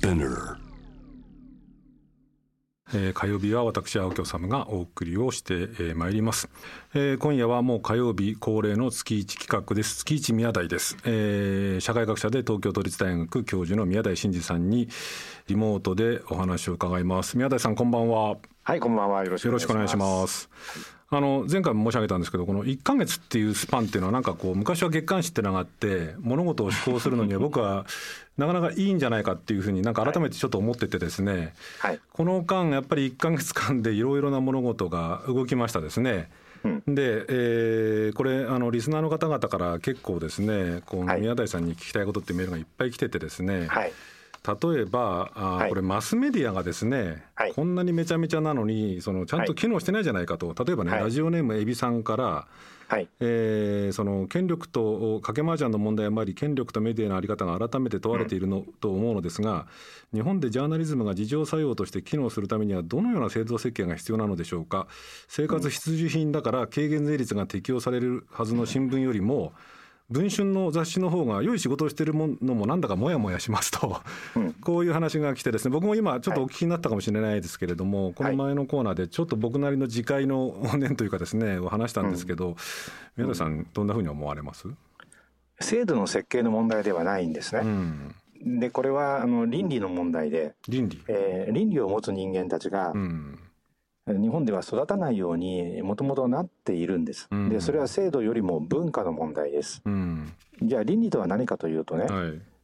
Spinner。 火曜日は私青木治がお送りをしてまいります。今夜はもう火曜日恒例の月1企画です。月1宮台です。社会学者で東京都立大学教授の宮台真司さんにリモートでお話を伺います。宮台さん、こんばんは。 はい、こんばんは。よろしくお願いします。 前回も申し上げたんですけど、この1ヶ月っていうスパンっていうのはなんかこう昔は月刊誌ってのがあって物事を思考するのには僕はなかなかいいんじゃないかっていうふうになんか改めてちょっと思っててですね、はい、この間やっぱり1ヶ月間でいろいろな物事が動きましたですね。で、これリスナーの方々から結構ですね、この宮台さんに聞きたいことってメールがいっぱい来ててですね、はい、例えばこれマスメディアがですね、はい、こんなにめちゃめちゃなのにちゃんと機能してないじゃないかと。例えばね、ラジオネームエビさんから、はい、その権力と賭け麻雀の問題もあり、権力とメディアの在り方が改めて問われていると思うのですが、日本でジャーナリズムが自浄作用として機能するためにはどのような制度設計が必要なのでしょうか。生活必需品だから軽減税率が適用されるはずの新聞よりも文春の雑誌の方が良い仕事をしているのもなんだかモヤモヤしますと、こういう話が来てですね、僕も今ちょっとお聞きになったかもしれないですけれども、この前のコーナーでちょっと僕なりの自戒の念というかですねを話したんですけど、宮台さんどんなふうに思われます？ 制度の設計の問題ではないんですね。でこれは倫理の問題で、倫理を持つ人間たちが、日本では育たないようにもともとなっているんです。でそれは制度よりも文化の問題です。じゃあ倫理とは何かというとね、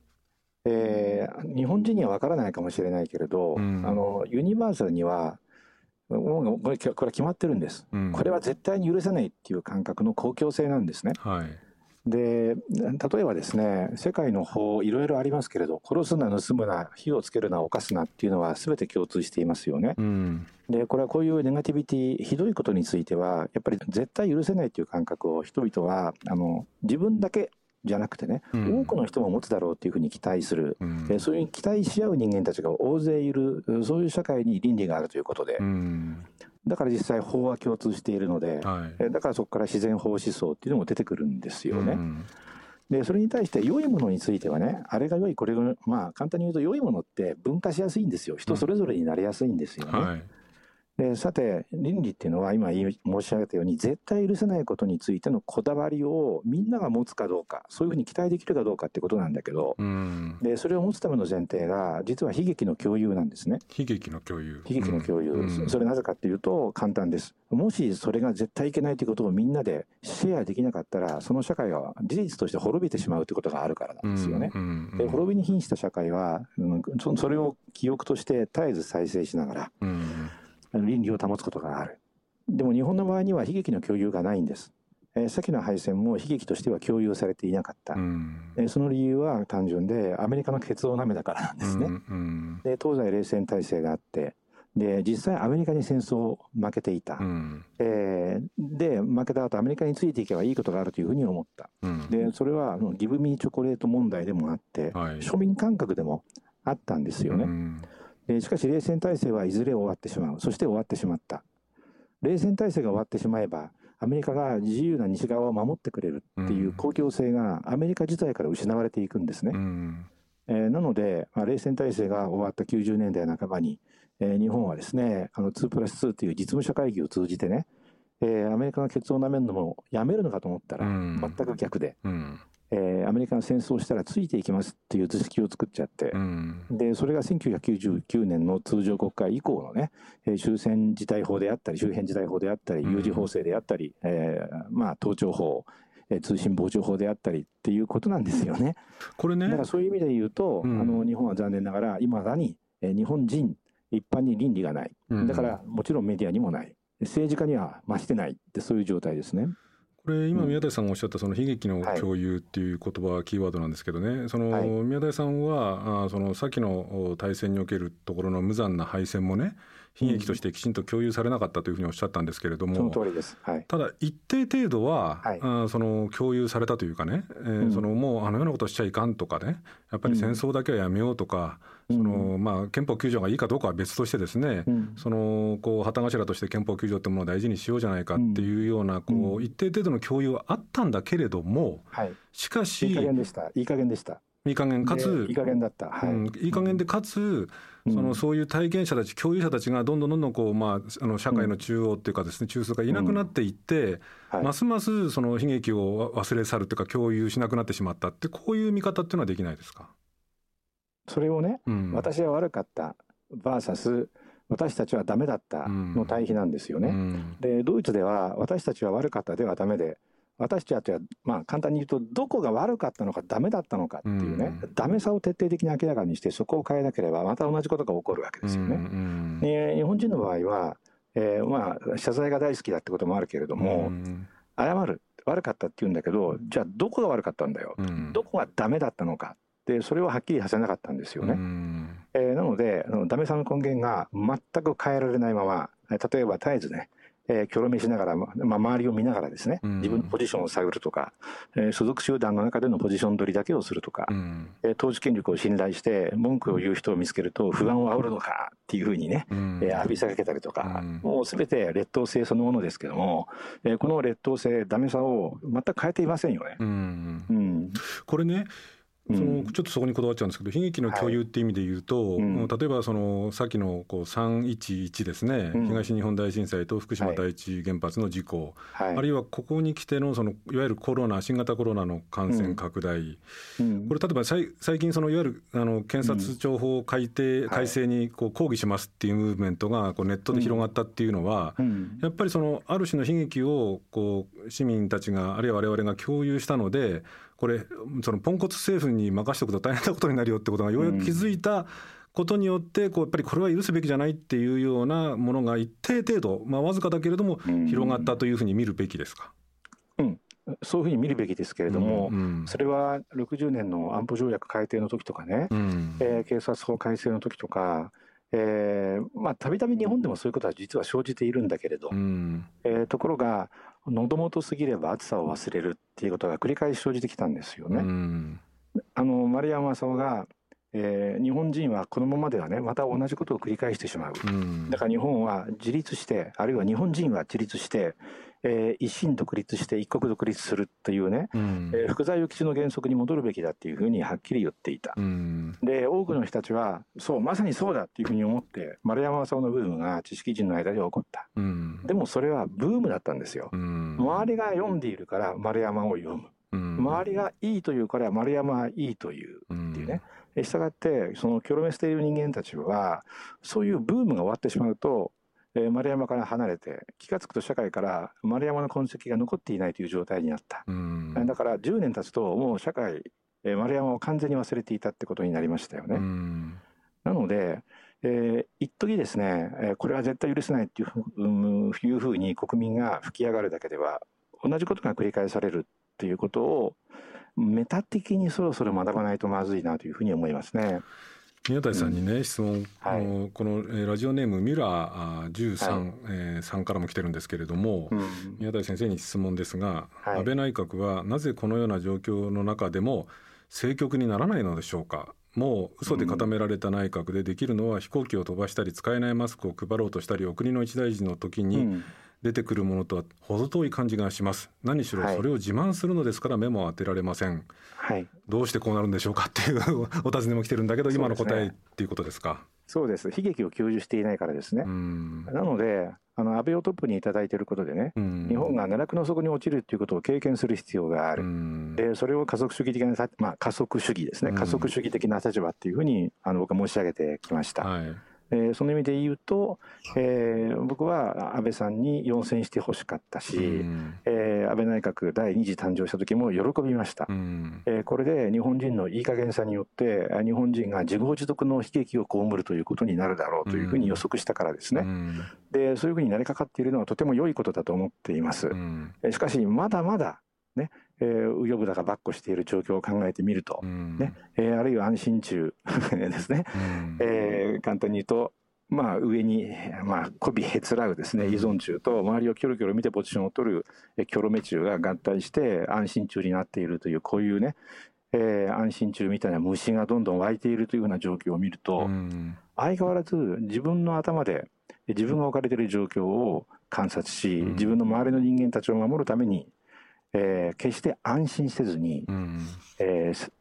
日本人には分からないかもしれないけれど、ユニバーサルにはこれは決まってるんです。これは絶対に許せないっていう感覚の公共性なんですね。で例えばですね、世界の法いろいろありますけれど、殺すな、盗むな、火をつけるな、犯すなっていうのは全て共通していますよね。でこれはこういうネガティビティ、ひどいことについてはやっぱり絶対許せないという感覚を人々は自分だけじゃなくてね、多くの人も持つだろうというふうに期待する、そういう期待し合う人間たちが大勢いる、そういう社会に倫理があるということで、だから実際法は共通しているので、だからそこから自然法思想っていうのも出てくるんですよね。でそれに対して良いものについてはね、あれが良いこれが、簡単に言うと良いものって分化しやすいんですよ。人それぞれになりやすいんですよね。でさて倫理っていうのは今申し上げたように絶対許せないことについてのこだわりをみんなが持つかどうか、そういうふうに期待できるかどうかってことなんだけど、でそれを持つための前提が実は悲劇の共有なんですね。 悲劇の共有、 それなぜかっていうと簡単です。もしそれが絶対いけないということをみんなでシェアできなかったら、その社会は事実として滅びてしまうということがあるからなんですよね。で滅びに瀕した社会は、それを記憶として絶えず再生しながら、倫理を保つことがある。でも日本の場合には悲劇の共有がないんです。先の敗戦も悲劇としては共有されていなかった。その理由は単純で、アメリカのケツを舐めたからなんですね。で東西冷戦体制があって、で実際アメリカに戦争を負けていた。で負けた後アメリカについていけばいいことがあるというふうに思った。でそれはギブミーチョコレート問題でもあって、庶民感覚でもあったんですよね。しかし冷戦体制はいずれ終わってしまう。そして終わってしまった。冷戦体制が終わってしまえば、アメリカが自由な西側を守ってくれるっていう公共性がアメリカ自体から失われていくんですね。なので、冷戦体制が終わった90年代半ばに、日本はですね、2+2 という実務者会議を通じてね、アメリカがケツを舐めるのもやめるのかと思ったら全く逆で、アメリカが戦争したらついていきますっていう図式を作っちゃって、でそれが1999年の通常国会以降のね、終戦事態法であったり周辺事態法であったり有事法制であったり、盗聴法、通信傍聴法であったりっていうことなんですよね。 これね、 だからそういう意味で言うと、日本は残念ながら今だに、日本人一般に倫理がない。だからもちろんメディアにもない。政治家には増してないって、そういう状態ですね。 これ今宮台さんがおっしゃったその悲劇の共有っていう言葉はキーワードなんですけどね、宮台さんはその先の大戦におけるところの無残な敗戦もね、悲劇としてきちんと共有されなかったというふうにおっしゃったんですけれども、 その通りです。 ただ一定程度は、その共有されたというかね、もうあのようなことしちゃいかんとかね、やっぱり戦争だけはやめようとか、憲法9条がいいかどうかは別としてですね、旗頭として憲法9条ってものを大事にしようじゃないかっていうような一定程度の共有はあったんだけれども、しかしいい加減でした。 いい加減かついい加減だった、 いい加減でかつそういう体験者たち共有者たちがどんどんこう、社会の中央っていうかですね、中枢がいなくなっていって、ますますその悲劇を忘れ去るというか共有しなくなってしまったって、こういう見方っていうのはできないですか？ それをね、私は悪かったバーサス私たちはダメだったの対比なんですよね。でドイツでは私たちは悪かったではダメで、私たちは簡単に言うとどこが悪かったのかダメだったのかっていうね、ダメさを徹底的に明らかにしてそこを変えなければまた同じことが起こるわけですよね。日本人の場合は、謝罪が大好きだってこともあるけれども、謝る悪かったって言うんだけど、じゃあどこが悪かったんだよ、どこがダメだったのかで、それをはっきりさせなかったんですよね。なのでダメさの根源が全く変えられないまま、例えば絶えずねキョロ目しながら、周りを見ながらですね、自分のポジションを探るとか、所属集団の中でのポジション取りだけをするとか、統治権力を信頼して文句を言う人を見つけると不安を煽るのかっていうふうにね、浴びせかけたりとか、もう全て劣等生そのものですけども、この劣等生ダメさを全く変えていませんよね。 これね、ちょっとそこにこだわっちゃうんですけど、悲劇の共有っていう意味で言うと、例えばさっきの311ですね、東日本大震災と福島第一原発の事故、あるいはここに来てのいわゆる新型コロナの感染拡大、これ例えば最近いわゆる検察庁法改正に抗議しますっていうムーブメントがネットで広がったっていうのは、やっぱりある種の悲劇を市民たちがあるいは我々が共有したので、これポンコツ政府に任しておくと大変なことになるよってことがようやく気づいたことによって、やっぱりこれは許すべきじゃないっていうようなものが一定程度、わずかだけれども広がったというふうに見るべきですか？ そういうふうに見るべきですけれども、それは60年の安保条約改定の時とかね、警察法改正の時とか、たびたび日本でもそういうことは実は生じているんだけれど、ところが喉元すぎれば暑さを忘れるっていうことが繰り返し生じてきたんですよね。丸山正雄が、日本人はこのままではねまた同じことを繰り返してしまう、だから日本は自立して、あるいは日本人は自立して、一心独立して一国独立するというね、福沢諭吉の原則に戻るべきだっていうふうにはっきり言っていた。で多くの人たちはそうまさにそうだっていうふうに思って丸山正雄のブームが知識人の間で起こった。でもそれはブームだったんですよ。周りが読んでいるから丸山を読む、周りがいいというから丸山はいいというっていうね。したがってキョロメしている人間たちはそういうブームが終わってしまうと、丸山から離れて気が付くと社会から丸山の痕跡が残っていないという状態になった。だから10年経つともう社会、丸山を完全に忘れていたってことになりましたよね。なので、一時ですね、これは絶対許せないっていうふうに国民が吹き上がるだけでは同じことが繰り返されるっていうことをメタ的にそろそろ学ばないとまずいなというふうに思いますね。 宮台さんにね、質問、このラジオネームミュラー13、さんからも来てるんですけれども、宮台先生に質問ですが、安倍内閣はなぜこのような状況の中でも政局にならないのでしょうか？もう嘘で固められた内閣でできるのは飛行機を飛ばしたり使えないマスクを配ろうとしたりお国の一大事の時に出てくるものとは程遠い感じがします。何しろそれを自慢するのですから目も当てられません。どうしてこうなるんでしょうかっていうお尋ねも来てるんだけど、今の答えっていうことですか？ そうです。悲劇を享受していないからですね。なので安倍をトップにいただいていることでね、日本が奈落の底に落ちるということを経験する必要がある。でそれを加速主義的な、加速主義ですね、加速主義的な立場っていうふうに僕は申し上げてきました。その意味で言うと、僕は安倍さんに要選してほしかったし、安倍内閣第2次誕生した時も喜びました。これで日本人のいい加減さによって日本人が自業自得の悲劇を被るということになるだろうというふうに予測したからですね。でそういうふうになりかかっているのはとても良いことだと思っています。しかしまだまだね、右翼だかばっこしている状況を考えてみると、あるいは安心中ですね、簡単に言うと、上に、媚びへつらうですね、依存中と周りをキョロキョロ見てポジションを取るキョロメ中が合体して安心中になっているという、こういうね、安心中みたいな虫がどんどん湧いているというような状況を見ると、相変わらず自分の頭で自分が置かれている状況を観察し、自分の周りの人間たちを守るために決して安心せずに、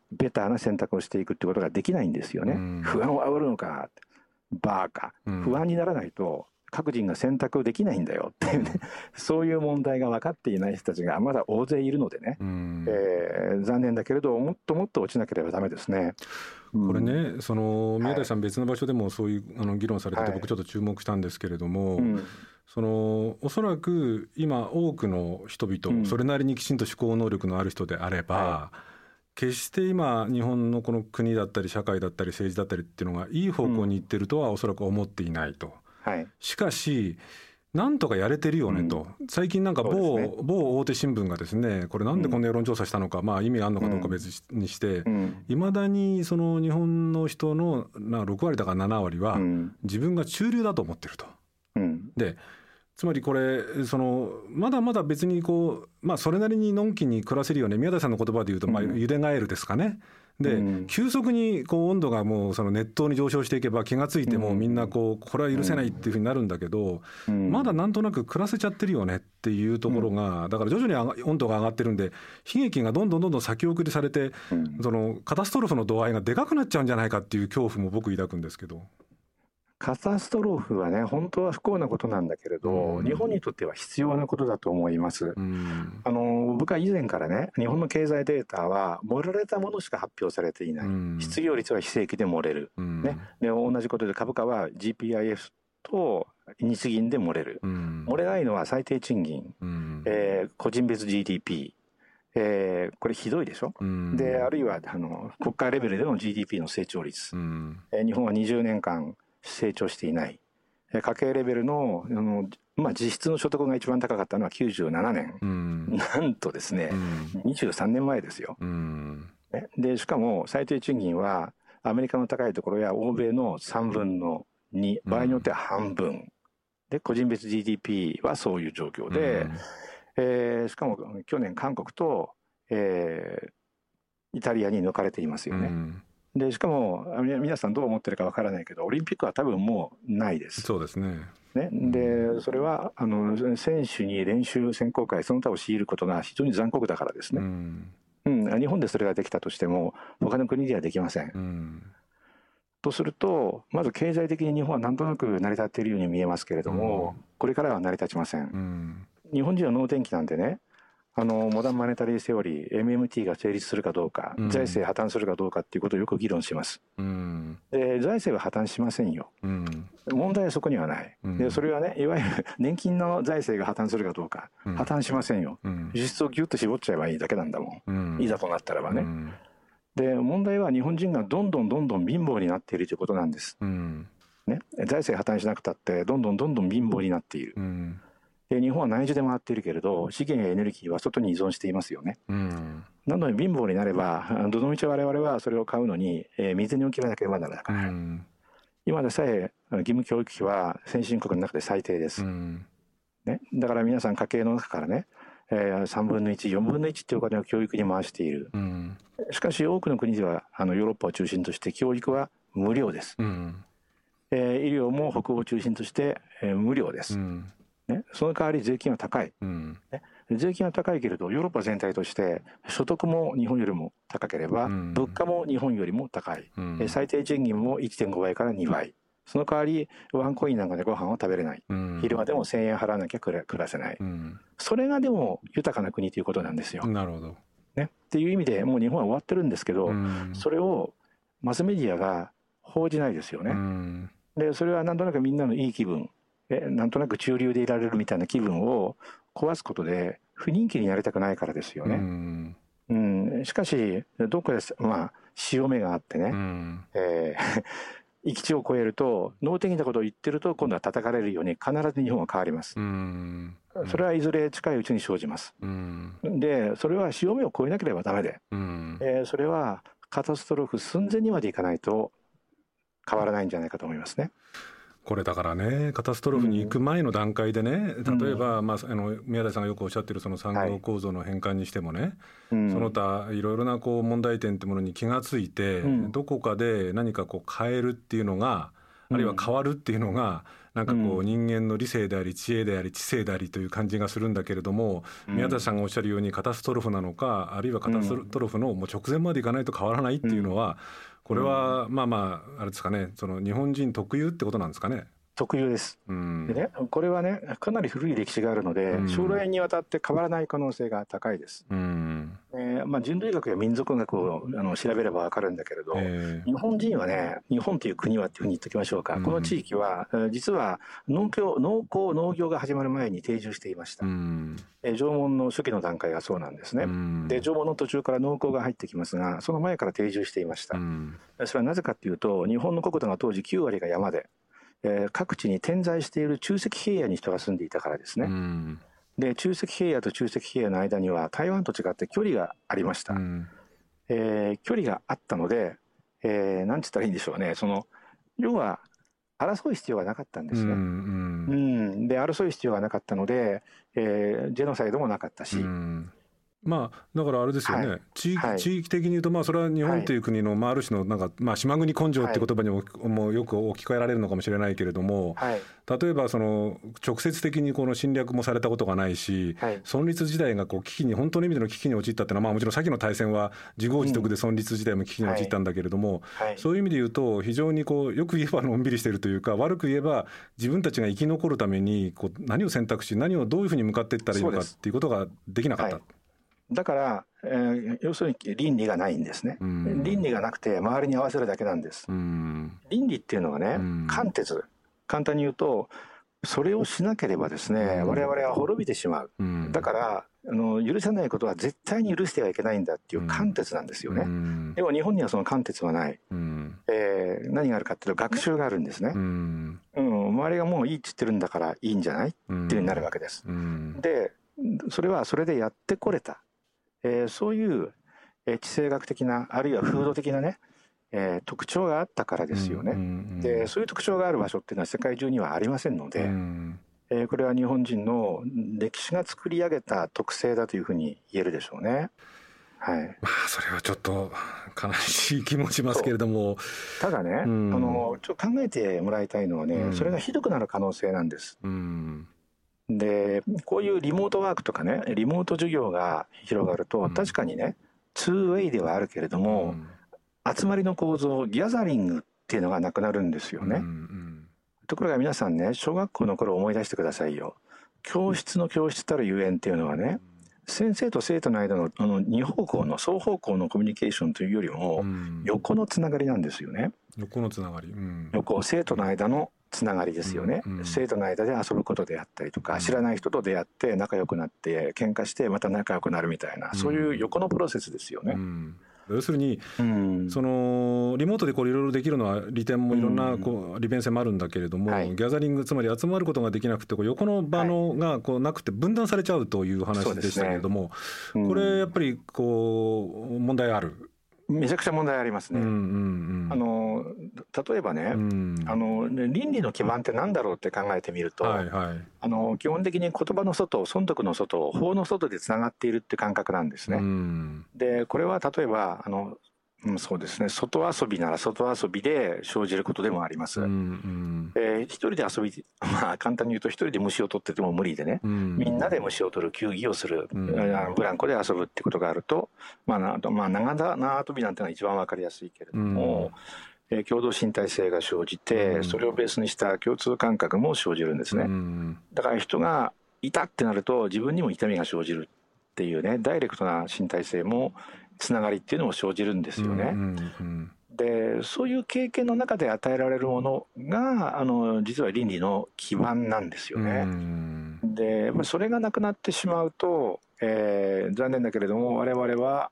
ベターな選択をしていくってことができないんですよね。不安を煽るのか、バーカ、不安にならないと各人が選択できないんだよっていうね、そういう問題が分かっていない人たちがまだ大勢いるのでね、残念だけれどもっともっと落ちなければダメですね。 これね、その宮台さん別の場所でもそういう議論されてて、僕ちょっと注目したんですけれども、おそらく今多くの人々、それなりにきちんと思考能力のある人であれば、決して今日本のこの国だったり社会だったり政治だったりっていうのがいい方向に行ってるとはおそらく思っていないと。しかしなんとかやれてるよねと、最近なんか某大手新聞がですね、これなんでこんな世論調査したのか、意味あるのかどうか別にして、いまだにその日本の人の6割だか7割は自分が中流だと思ってると。でつまりこれまだまだ別にそれなりにのんきに暮らせるよね、宮台さんの言葉で言うとゆでガエルですかね。で急速に温度がもう熱湯に上昇していけば気がついてもみんなこれは許せないっていうふうになるんだけど、まだなんとなく暮らせちゃってるよねっていうところが、だから徐々に温度が上がってるんで悲劇がどんどん先送りされて、カタストロフの度合いがでかくなっちゃうんじゃないかっていう恐怖も僕抱くんですけど。 カタストロフはね、本当は不幸なことなんだけれど、日本にとっては必要なことだと思います。僕は以前からね、日本の経済データは盛られたものしか発表されていない、失業率は非正規で漏れる、で同じことで株価は GPIF と日銀で漏れる、漏れないのは最低賃金、個人別 GDP、これひどいでしょ、であるいは国家レベルでの GDP の成長率、日本は20年間成長していない。家計レベルの実質の所得が一番高かったのは97年、なんとですね、23年前ですよ。でしかも最低賃金はアメリカの高いところや欧米の3分の2、場合によっては半分で、個人別 GDP はそういう状況で、しかも去年韓国と、イタリアに抜かれていますよね。でしかも皆さんどう思ってるかわからないけど、オリンピックは多分もうないです。 そうですね。 でそれは選手に練習選考会その他を強いることが非常に残酷だからですね。日本でそれができたとしても他の国ではできません。とするとまず経済的に日本はなんとなく成り立っているように見えますけれども、これからは成り立ちません。日本人は能天気なんでね、モダンマネタリーセオリー MMT が成立するかどうか、財政破綻するかどうかっていうことをよく議論します。で財政は破綻しませんよ。問題はそこにはない。でそれはね、いわゆる年金の財政が破綻するかどうか、破綻しませんよ。輸出をギュッと絞っちゃえばいいだけなんだもん、いざとなったらばね。で問題は日本人がどんどん貧乏になっているということなんです。財政破綻しなくたってどんどん貧乏になっている。で日本は内需で回っているけれど資源やエネルギーは外に依存していますよね。なので貧乏になればどのみち我々はそれを買うのに、水に置きなければならなくなる。今でさえ義務教育費は先進国の中で最低です。だから皆さん家計の中からね、3分の1、4分の1っていうお金を教育に回している。しかし多くの国ではヨーロッパを中心として教育は無料です。医療も北欧を中心として、無料です。その代わり税金は高い。税金は高いけれどヨーロッパ全体として所得も日本よりも高ければ、物価も日本よりも高い。最低賃金も 1.5 倍から2倍。その代わりワンコインなんかでご飯は食べれない。昼間でも1000円払わなきゃ暮らせない。それがでも豊かな国ということなんですよ。 なるほど。 っていう意味でもう日本は終わってるんですけど、それをマスメディアが報じないですよね。でそれはなんとなくみんなのいい気分、なんとなく中流でいられるみたいな気分を壊すことで不人気になりたくないからですよね。しかしどこで潮目があってね、域地を超えると能天気なことを言ってると今度は叩かれるように必ず日本は変わります。それはいずれ近いうちに生じます。でそれは潮目を超えなければダメで、それはカタストロフ寸前にまでいかないと変わらないんじゃないかと思いますね。 これだからね、カタストロフに行く前の段階でね、例えば、宮台さんがよくおっしゃってるその産業構造の変換にしてもね、その他いろいろな問題点ってものに気がついて、どこかで何か変えるっていうのが、あるいは変わるっていうのがなんかこう人間の理性であり知恵であり知性でありという感じがするんだけれども、宮田さんがおっしゃるようにカタストロフなのか、あるいはカタストロフのもう直前までいかないと変わらないっていうのは、これはまあまああれですかね、その日本人特有ってことなんですかね。 特有です。でね、これはね、かなり古い歴史があるので、将来にわたって変わらない可能性が高いです。人類学や民族学を調べれば分かるんだけれど、日本人はね、日本という国はっていうふうに言っておきましょうか、この地域は実は農業が始まる前に定住していました。縄文の初期の段階がそうなんですね。で、縄文の途中から農耕が入ってきますが、その前から定住していました。それはなぜかというと、日本の国土が当時9割が山で、各地に点在している中石平野に人が住んでいたからですね。で、中石平野と中石平野の間には台湾と違って距離がありました。距離があったので、なんて言ったらいいんでしょうね。要は争う必要がなかったんですね。で、争う必要がなかったので、ジェノサイドもなかったし。 まあ、だからあれですよね、地域的に言うと、まあ、それは日本という国の、ある種のなんか、島国根性って言葉にもよく置き換えられるのかもしれないけれども、例えば直接的にこの侵略もされたことがないし、存立時代が危機に、本当の意味での危機に陥ったっていうのは、もちろん先の大戦は自業自得で存立時代も危機に陥ったんだけれども、そういう意味で言うと非常によく言えばのんびりしているというか、悪く言えば自分たちが生き残るために何を選択し、何をどういうふうに向かっていったらいいのかっていうことができなかった。 だから、要するに倫理がないんですね。倫理がなくて周りに合わせるだけなんです。倫理っていうのはね、貫徹。簡単に言うと、それをしなければですね、我々は滅びてしまう。だから、許せないことは絶対に許してはいけないんだっていう貫徹なんですよね。でも日本にはその貫徹はない。何があるかっていうと、学習があるんですね。周りがもういいって言ってるんだからいいんじゃないっていうふうになるわけです。で、それはそれでやってこれた。そういう地政学的な、あるいは風土的なね、特徴があったからですよね。で、そういう特徴がある場所っていうのは世界中にはありませんので、これは日本人の歴史が作り上げた特性だというふうに言えるでしょうね。まあそれはちょっと悲しい気もしますけれども、 ただね、ちょっと考えてもらいたいのはね、それがひどくなる可能性なんです。で、こういうリモートワークとかね、リモート授業が広がると、確かにね、2way ではあるけれども、集まりの構造、ギャザリングっていうのがなくなるんですよね。ところが皆さんね、小学校の頃思い出してくださいよ。教室の教室たるゆえんっていうのはね、先生と生徒の間の二方向の双方向のコミュニケーションというよりも、横のつながりなんですよね。 横のつながり。 横、生徒の間のつながりですよね。生徒の間で遊ぶことであったりとか、知らない人と出会って仲良くなって喧嘩してまた仲良くなるみたいな、そういう横のプロセスですよね。 要するに、リモートでいろいろできるのは利点もいろんな利便性もあるんだけれども、ギャザリング、つまり集まることができなくて横の場がなくて分断されちゃうという話でしたけれども、これやっぱり問題ある。 めちゃくちゃ問題ありますね。例えばね、倫理の基盤って何だろうって考えてみると、基本的に言葉の外、損得の外、法の外でつながっているって感覚なんですね。で、これは例えばそうですね、外遊びなら外遊びで生じることでもあります。一人で遊び、簡単に言うと一人で虫を取ってても無理でね、みんなで虫を取る球技をする、ブランコで遊ぶってことがあると、縄跳びなんてのは一番わかりやすいけれども、共同身体性が生じて、それをベースにした共通感覚も生じるんですね。だから人がいたってなると自分にも痛みが生じるっていうね、ダイレクトな身体性もつながりっていうのも生じるんですよね。で、そういう経験の中で与えられるものが実は倫理の基盤なんですよね。で、それがなくなってしまうと、残念だけれども我々は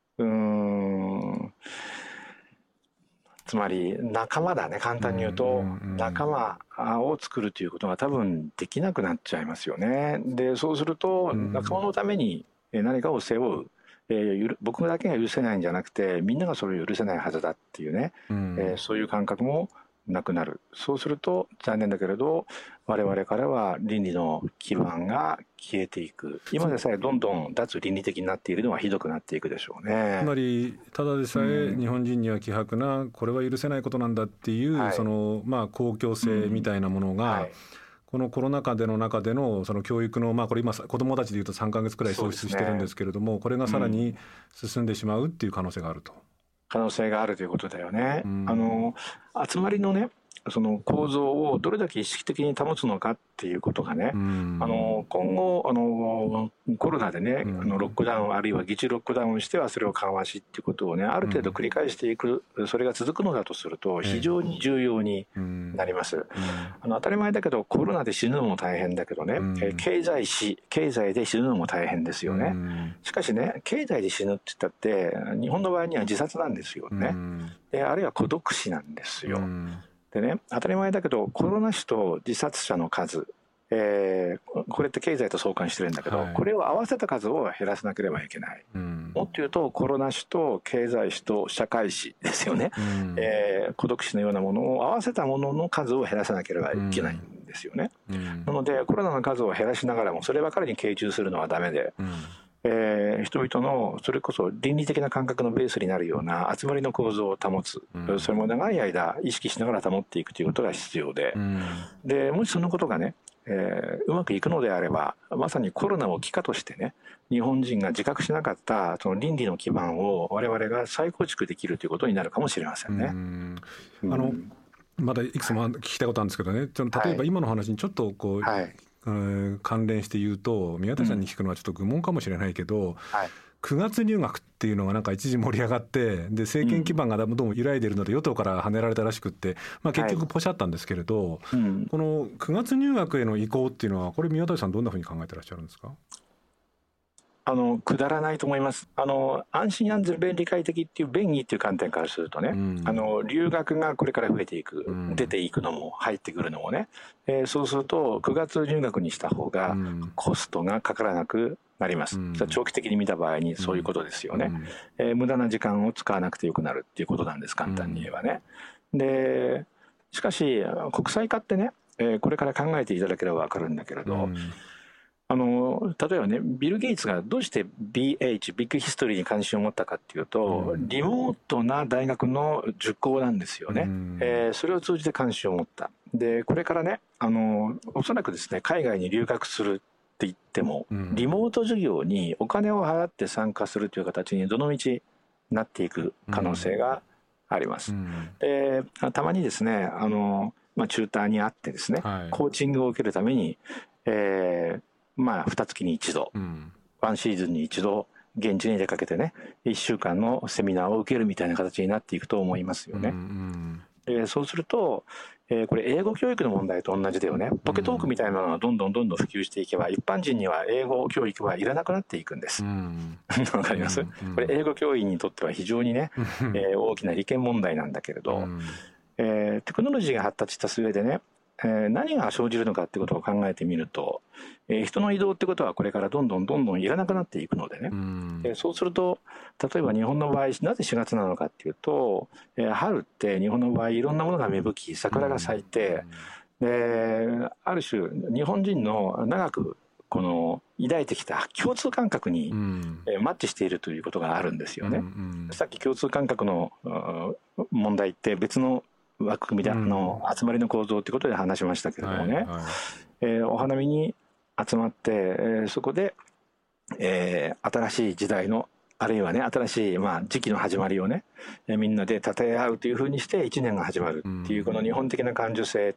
つまり仲間だね、簡単に言うと仲間を作るということが多分できなくなっちゃいますよね。で、そうすると仲間のために何かを背負う、僕だけが許せないんじゃなくてみんながそれを許せないはずだっていうね、そういう感覚もなくなる。そうすると残念だけれど我々からは倫理の基盤が消えていく。今でさえどんどん脱倫理的になっているのはひどくなっていくでしょうね。 つまりただでさえ日本人には希薄なこれは許せないことなんだっていう、その公共性みたいなものが、このコロナ禍での中でのその教育の、これ今子どもたちでいうと3ヶ月くらい喪失してるんですけれども、これがさらに進んでしまうっていう可能性があると。 可能性があるということだよね。集まりのね、その構造をどれだけ意識的に保つのかっていうことがね、今後コロナでね、ロックダウンあるいは議事ロックダウンしてはそれを緩和しっていうことをね、ある程度繰り返していく、それが続くのだとすると非常に重要になります。当たり前だけどコロナで死ぬのも大変だけどね、経済で死ぬのも大変ですよね。しかしね、経済で死ぬって言ったって日本の場合には自殺なんですよね。であるいは孤独死なんですよ。でね、当たり前だけどコロナ死と自殺者の数、これって経済と相関してるんだけど、これを合わせた数を減らさなければいけない。もっと言うとコロナ死と経済死と社会死ですよね。孤独死のようなものを合わせたものの数を減らさなければいけないんですよね。なのでコロナの数を減らしながらもそればかりに傾注するのはダメで、人々のそれこそ倫理的な感覚のベースになるような集まりの構造を保つ、それも長い間意識しながら保っていくということが必要で、でもしそのことがね、うまくいくのであればまさにコロナを機会としてね、日本人が自覚しなかったその倫理の基盤を我々が再構築できるということになるかもしれませんね。 まだいくつも聞きたいことあるんですけどね、例えば今の話にちょっとこう、関連して言うと宮田さんに聞くのはちょっと愚問かもしれないけど、9月入学っていうのがなんか一時盛り上がって、で政権基盤がどうも揺らいでいるので与党から跳ねられたらしくって、結局ポシャったんですけれど、この9月入学への移行っていうのはこれ宮田さんどんなふうに考えてらっしゃるんですか？ くだらないと思います。安心安全便利快適っていう便宜っていう観点からするとね、留学がこれから増えていく、出ていくのも入ってくるのもね、そうすると9月入学にした方がコストがかからなくなります。長期的に見た場合にそういうことですよね。無駄な時間を使わなくてよくなるっていうことなんです、簡単に言えばね。でしかし国際化ってね、これから考えていただければ分かるんだけれど、例えばね、ビル・ゲイツがどうして BH ビッグヒストリーに関心を持ったかっていうと、リモートな大学の受講なんですよね。それを通じて関心を持った。でこれからね、おそらくですね、海外に留学するって言っても、リモート授業にお金を払って参加するという形にどのみちなっていく可能性があります。でたまにですね、チューターに会ってですね、コーチングを受けるために、2月に一度、ワンシーズンに一度現地に出かけてね、1週間のセミナーを受けるみたいな形になっていくと思いますよね。そうすると、これ英語教育の問題と同じだよね。ポケトークみたいなのがどんどん普及していけば、一般人には英語教育はいらなくなっていくんです。わかります？これ英語教員にとっては非常にね、大きな利権問題なんだけれど、テクノロジーが発達した上でね、何が生じるのかってことを考えてみると、人の移動ってことはこれからどんどんいらなくなっていくのでね、そうすると例えば日本の場合なぜ4月なのかっていうと、春って日本の場合いろんなものが芽吹き桜が咲いて、である種日本人の長くこの抱いてきた共通感覚にマッチしているということがあるんですよね。さっき共通感覚の問題って別の枠組みで集まりの構造ということで話しましたけれどもね、お花見に集まって、そこで、新しい時代のあるいはね新しい時期の始まりをね、みんなで称え合うというふうにして1年が始まるっていうこの日本的な感受性って、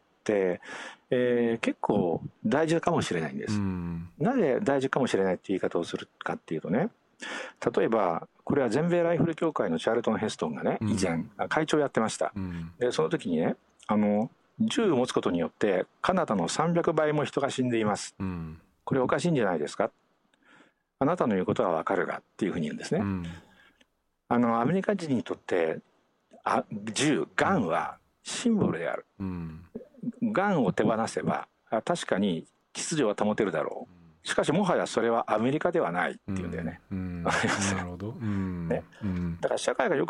結構大事かもしれないんです。なぜ大事かもしれないって言い方をするかっていうとね、例えばこれは全米ライフル協会のチャールトン・ヘストンがね以前会長をやってました。でその時にね、銃を持つことによってカナダの300倍も人が死んでいます、これおかしいんじゃないですか、あなたの言うことはわかるがっていうふうに言うんですね。アメリカ人にとってガンはシンボルである、ガンを手放せば確かに秩序は保てるだろう、しかしもはやそれはアメリカではないっていうんだよね。なるほど。ね。だから社会が良くなるっ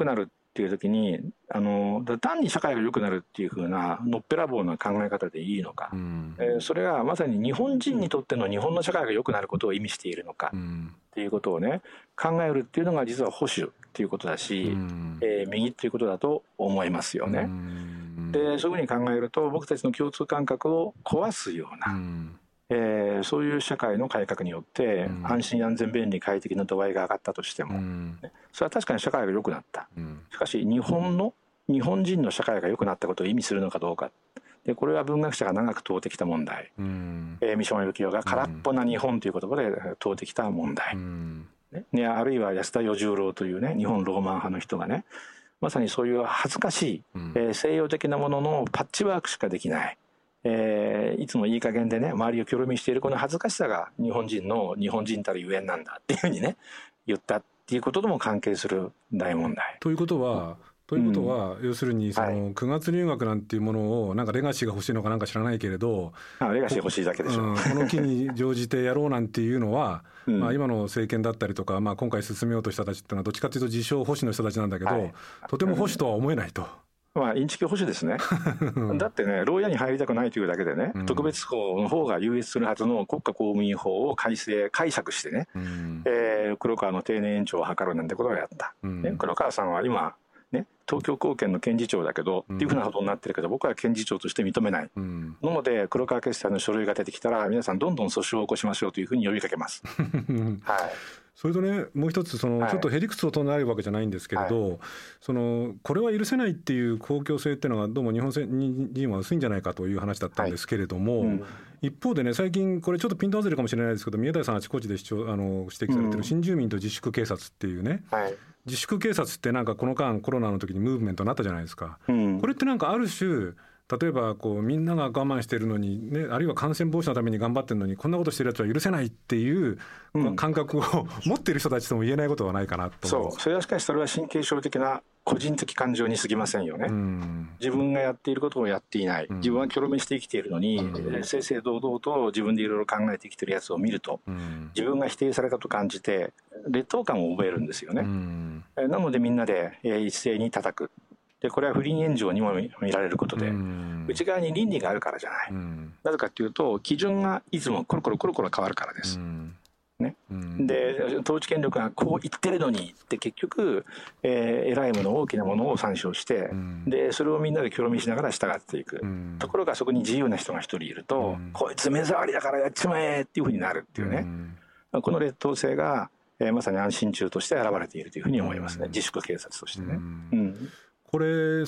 っていう時に単に社会が良くなるっていう風なのっぺらぼうな考え方でいいのか、それがまさに日本人にとっての日本の社会が良くなることを意味しているのかっていうことをね考えるっていうのが実は保守っていうことだし、右っていうことだと思いますよね。でそういうふうに考えると僕たちの共通感覚を壊すような、そういう社会の改革によって安心安全便利快適の度合いが上がったとしても、それは確かに社会が良くなった、しかし日本人の社会が良くなったことを意味するのかどうか、でこれは文学者が長く問うてきた問題、三島由紀夫が空っぽな日本という言葉で問うてきた問題、あるいは安田与十郎というね日本ローマン派の人がねまさにそういう恥ずかしい、西洋的なもののパッチワークしかできない、いつもいい加減でね周りをきょろみしているこの恥ずかしさが日本人の日本人たるゆえんなんだっていうふうにね言ったっていうこととも関係する大問題。 ということは要するにその9月入学なんていうものをなんかレガシーが欲しいのかなんか知らないけれど、 レガシー欲しいだけでしょ、 この機に乗じてやろうなんていうのは、今の政権だったりとか、今回進めようとした人たちっていうのはどっちかというと自称保守の人たちなんだけど、とても保守とは思えないと。 インチキ保守ですねだってね牢屋に入りたくないというだけでね、特別法の方が優越するはずの国家公務員法を解釈してね、黒川の定年延長を図るなんてことをやった、黒川さんは今ね、東京高検の検事長だけど、っていうふうなことになってるけど僕は検事長として認めない、なので黒川決裁の書類が出てきたら皆さんどんどん訴訟を起こしましょうというふうに呼びかけますそれとねもう一つちょっとへりくつを唱えるわけじゃないんですけれど、これは許せないっていう公共性っていうのがどうも日本人は薄いんじゃないかという話だったんですけれども、一方でね最近これちょっとピント外れかもしれないですけど宮台さんあちこちで指摘されてる新住民と自粛警察っていうね、自粛警察ってなんかこの間コロナの時にムーブメントになったじゃないですか、これってなんかある種例えばみんなが我慢してるのに、ね、あるいは感染防止のために頑張ってるのにこんなことしてるやつは許せないっていう感覚を持ってる人たちとも言えないことはないかなと思います。 それはしかしそれは神経症的な個人的感情に過ぎませんよね、自分がやっていることをやっていない、自分はきょろめして生きているのに、正々堂々と自分でいろいろ考えて生きてるやつを見ると、自分が否定されたと感じて劣等感を覚えるんですよね、なのでみんなで一斉に叩く。でこれは不倫炎上にも見られることで、内側に倫理があるからじゃない、なぜかというと基準がいつもコロコロ変わるからです、で統治権力がこう言ってるのにって結局、偉いもの大きなものを参照して、でそれをみんなできょろみしながら従っていく、ところがそこに自由な人が一人いると、こいつ目障りだからやっちまえっていうふうになるっていうね、この劣等性が、まさに安心中として現れているというふうに思いますね、自粛警察としてね。 これ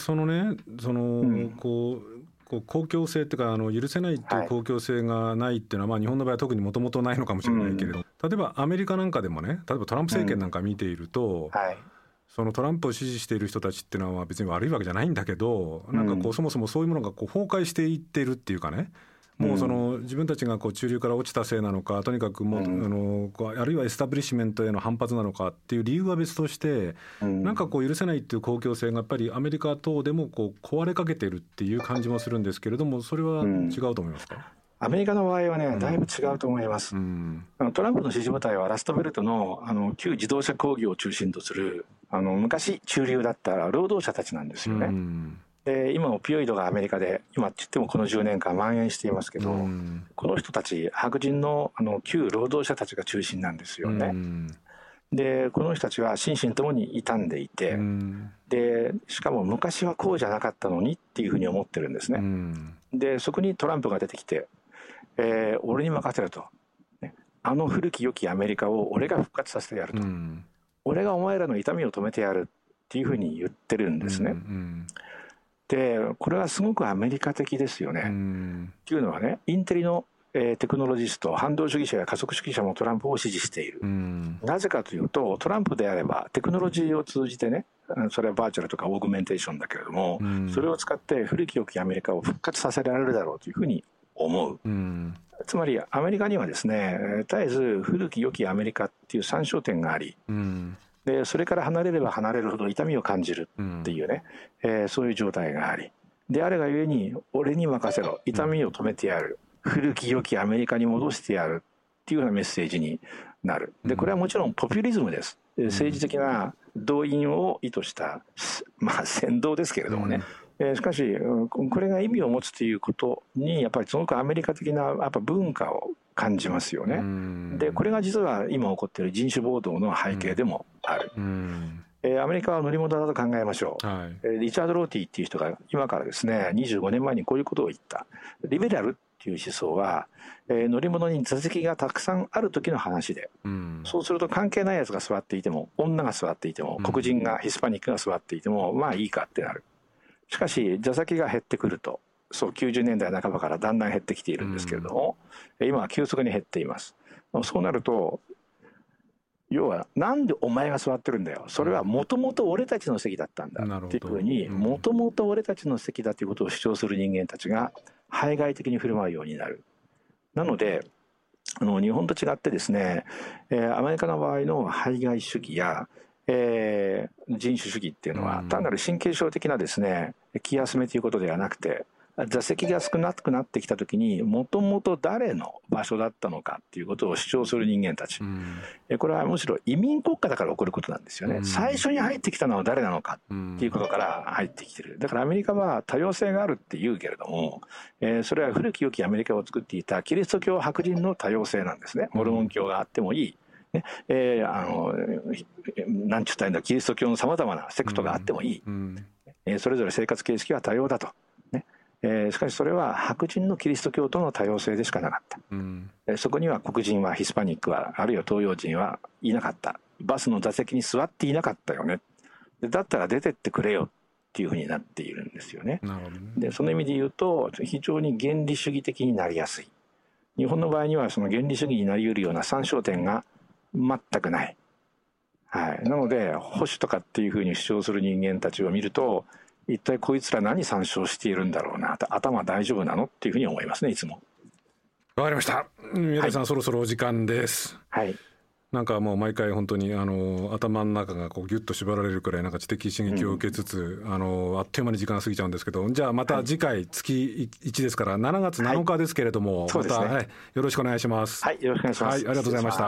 公共性っていうか許せないっていう公共性がないっていうのは、日本の場合は特にもともとないのかもしれないけれど、例えばアメリカなんかでもね、例えばトランプ政権なんか見ていると、そのトランプを支持している人たちっていうのは別に悪いわけじゃないんだけど、なんかそもそもそういうものが崩壊していってるっていうかね、もう自分たちが中流から落ちたせいなのか、とにかくもう、あるいはエスタブリッシュメントへの反発なのかっていう理由は別として、なんか許せないっていう公共性がやっぱりアメリカ等でも壊れかけてるっていう感じもするんですけれども、それは違うと思いますか？ アメリカの場合はね、だいぶ違うと思います。トランプの支持母体はラストベルトの旧自動車工業を中心とする昔中流だった労働者たちなんですよね。で今オピオイドがアメリカで今って言ってもこの10年間蔓延していますけど、この人たち白人の旧労働者たちが中心なんですよね。でこの人たちは心身ともに傷んでいて、でしかも昔はこうじゃなかったのにっていうふうに思ってるんですね。でそこにトランプが出てきて、俺に任せると、古き良きアメリカを俺が復活させてやると、俺がお前らの痛みを止めてやるっていうふうに言ってるんですね。でこれはすごくアメリカ的ですよね。っていうのはね、インテリのテクノロジスト、反動主義者や加速主義者もトランプを支持している。なぜかというと、トランプであればテクノロジーを通じてね、それはバーチャルとかオーグメンテーションだけれども、それを使って古き良きアメリカを復活させられるだろうというふうに思う。つまりアメリカにはですね、絶えず古き良きアメリカっていう参照点があり、でそれから離れれば離れるほど痛みを感じるっていうね、そういう状態があり、であれがゆえに俺に任せろ、痛みを止めてやる、古き良きアメリカに戻してやるっていうようなメッセージになる。でこれはもちろんポピュリズムです。政治的な動員を意図した、扇動ですけれどもね、しかしこれが意味を持つということにやっぱりすごくアメリカ的なやっぱ文化を感じますよね。でこれが実は今起こっている人種暴動の背景でもある。アメリカは乗り物だと考えましょう、リチャード・ローティっていう人が今からですね25年前にこういうことを言った。リベラルっていう思想は、乗り物に座席がたくさんある時の話で、そうすると関係ないやつが座っていても、女が座っていても、黒人がヒスパニックが座っていてもまあいいかってなる。しかし座席が減ってくると、そう90年代半ばからだんだん減ってきているんですけれども、今は急速に減っています。そうなると要はなんでお前が座ってるんだよ、それはもともと俺たちの席だったんだっていうふうに、もともと俺たちの席だということを主張する人間たちが排外的に振る舞うようになる。なので日本と違ってですね、アメリカの場合の排外主義や、人種主義っていうのは単なる神経症的なですね気休めということではなくて、座席が少なくなってきた時にもともと誰の場所だったのかっていうことを主張する人間たち、これはむしろ移民国家だから起こることなんですよね。最初に入ってきたのは誰なのかっていうことから入ってきてる。だからアメリカは多様性があるって言うけれども、それは古き良きアメリカを作っていたキリスト教白人の多様性なんですね。モルモン教があってもいい、ね、なんちゅったらいいんだ、キリスト教のさまざまなセクトがあってもいい、それぞれ生活形式は多様だと、ね、しかしそれは白人のキリスト教との多様性でしかなかった、そこには黒人はヒスパニックはあるいは東洋人はいなかった。バスの座席に座っていなかったよね。だったら出てってくれよっていうふうになっているんですよね。でその意味で言うと非常に原理主義的になりやすい。日本の場合にはその原理主義になり得るような参照点が全くない、なので保守とかっていうふうに主張する人間たちを見ると、一体こいつら何参照しているんだろうなと、頭大丈夫なのっていうふうに思いますね、いつも。 わかりました。宮田さん、そろそろお時間です。なんかもう毎回本当に頭の中がこうギュッと縛られるくらいなんか知的刺激を受けつつ、あっという間に時間が過ぎちゃうんですけど、じゃあまた次回月1ですから7月7日ですけれども、また、よろしくお願いします。 よろしくお願いします。 ありがとうございました。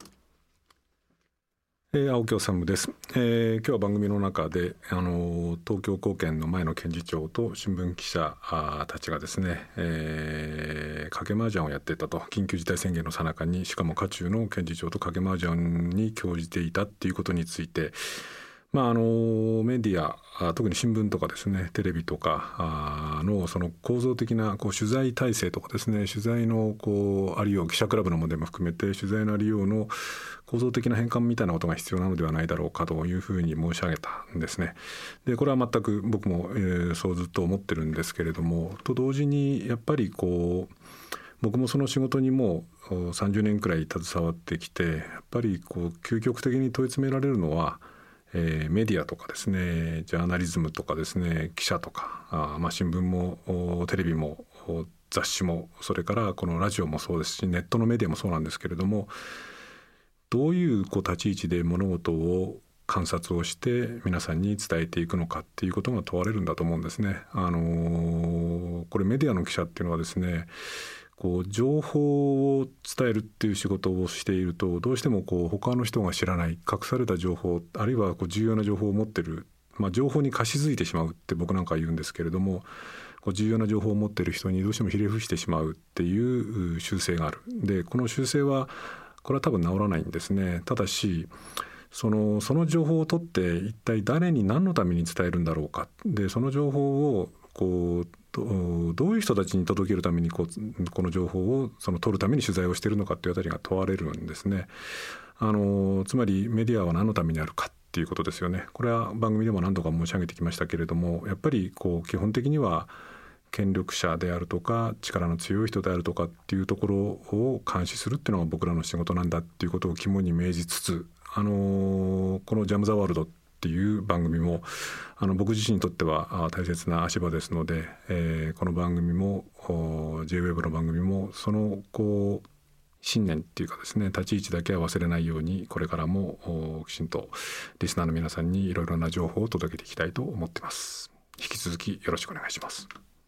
青木治です。今日は番組の中で東京高検の前の検事長と新聞記者たちがですね、賭け麻雀をやっていたと、緊急事態宣言の最中に、しかも渦中の検事長と賭け麻雀に興じていたっていうことについて、メディア、特に新聞とかですね、テレビとかのその構造的な取材体制とかですね、取材のありよう、記者クラブの問題も含めて取材のありようの構造的な変換みたいなことが必要なのではないだろうかというふうに申し上げたんですね。でこれは全く僕も、そうずっと思ってるんですけれども、と同時にやっぱり僕もその仕事にもう30年くらい携わってきて、やっぱり究極的に問い詰められるのはメディアとかですね、ジャーナリズムとかですね、記者とか新聞もテレビも雑誌も、それからこのラジオもそうですし、ネットのメディアもそうなんですけれども、どういう立ち位置で物事を観察をして皆さんに伝えていくのかっていうことが問われるんだと思うんですね。これメディアの記者っていうのはですね、情報を伝えるっていう仕事をしていると、どうしても他の人が知らない隠された情報、あるいは重要な情報を持ってる、情報に貸し付いてしまうって僕なんかは言うんですけれども、重要な情報を持っている人にどうしてもひれ伏してしまうっていう習性がある。でこの習性はこれは多分治らないんですね。ただしその情報を取って一体誰に何のために伝えるんだろうか。でその情報をどういう人たちに届けるためにこの情報を取るために取材をしているのかというあたりが問われるんですね。つまりメディアは何のためにあるかっていうことですよね。これは番組でも何度か申し上げてきましたけれども、やっぱり基本的には権力者であるとか力の強い人であるとかっていうところを監視するっていうのが僕らの仕事なんだっていうことを肝に銘じつつ、このジャム・ザ・ワールドっていう番組も僕自身にとっては大切な足場ですので、この番組も J-WAVE の番組もその信念っていうかですね、立ち位置だけは忘れないように、これからもきちんとリスナーの皆さんにいろいろな情報を届けていきたいと思っています。引き続きよろしくお願いします。